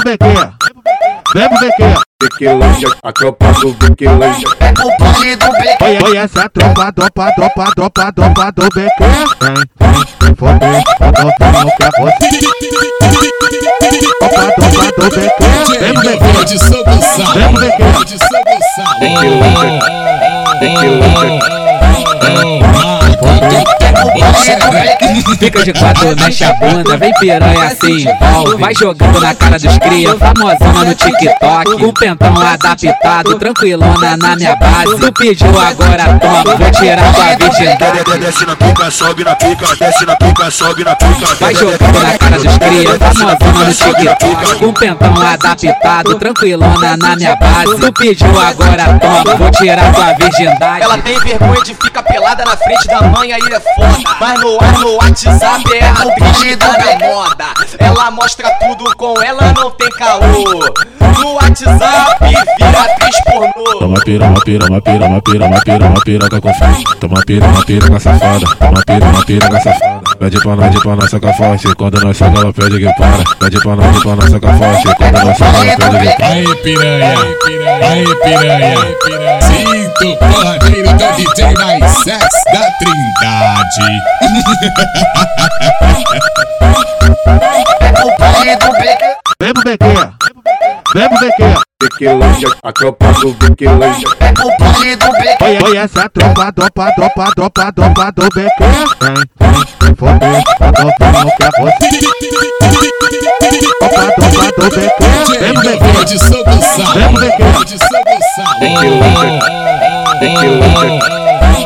Bequinha, vem pro Bequinha. Bequelândia, a tropa do Bequelândia. É o bonde do Bequinha. Conhece a tropa do Bequinha. Vem foder, novinho pra você. Tropa do Bequinha. Vem pro Bequinha, de São Gonçalo. vem pro Bequinha. De São Gonçalo. Bequelândia. Fica de quatro, mexe a bunda, vem piranha assim, envolve. Vai jogando na cara dos cria, famosona no TikTok. Com pentão adaptado, tranquilona na minha base. Tu pediu, agora toma, vou tirar tua virgindade. Desce na pica, sobe na pica, desce na pica, sobe na pica. Vai jogando na cara dos cria, famosona no TikTok. Com pentão adaptado, tranquilona na minha base. Tu pediu, agora toma, vou tirar tua virgindade. Ela tem vergonha de ficar pelada na frente da mãe, aí é foda. Mas no WhatsApp é a atriz da moda. Ela mostra tudo, com ela não tem caô. No WhatsApp vira atriz pornô. Toma piroca com fim. Toma piroca safada. Toma piroca safada. Pede pra nós sacar forte. Quando nós chega ela pede que para. Pede pra nós sacar forte. Quando nós chega ela pede que para. Aí piranha, aí piranha. Sinto porradeiro do DJ mais sex da Trindade. É o bonde do Bequinha. Vem pro Bequinha, vem pro Bequinha. Bequelândia, a tropa do Bequelândia. É o bonde do Bequinha. Conhece a tropa do Bequinha. Vem foder, novinho pra você. Tropa do Bequinha. Vem pro Bequinha, De São Gonçalo. vem pro Bequinha. De São Gonçalo. Bequelândia.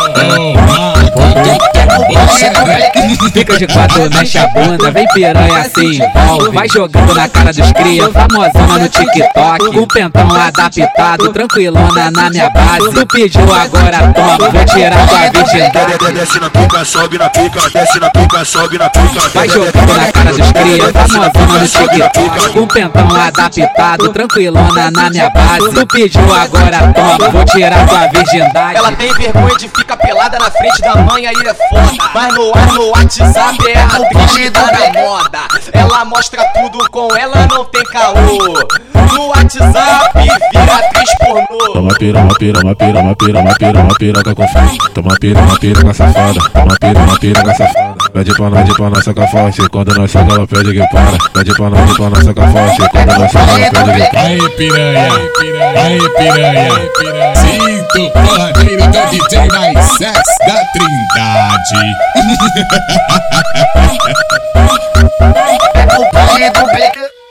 Fica de quatro, mexe a bunda, vem piranha assim, envolve. Vai jogando na cara dos cria, famosona no TikTok. Com pentão adaptado, tranquilona na minha base. Tu pediu, agora toma, vou tirar tua virgindade. Desce na pica, sobe na pica, desce na pica, sobe na pica. Vai jogando na cara dos cria, famosona no TikTok. Com pentão adaptado, tranquilona na minha base. Tu pediu, agora toma, vou tirar tua virgindade. Ela tem vergonha de ficar pelada na frente da mãe, aí é foda. Mas no WhatsApp é a atriz da moda. Ela mostra tudo, com ela não tem caô. No WhatsApp vira atriz pornô. Toma piroca com fim. Toma piroca safada. Toma piroca safada. Pede pra nós sacar forte. Quando nós chega ela pede que para. Pede pra nós sacar forte. Quando nós chega ela pede que para. Aí piranha, aí piranha. Sinto porradeiro do DJ mais sex da Trindade. É o bonde do Bequinha.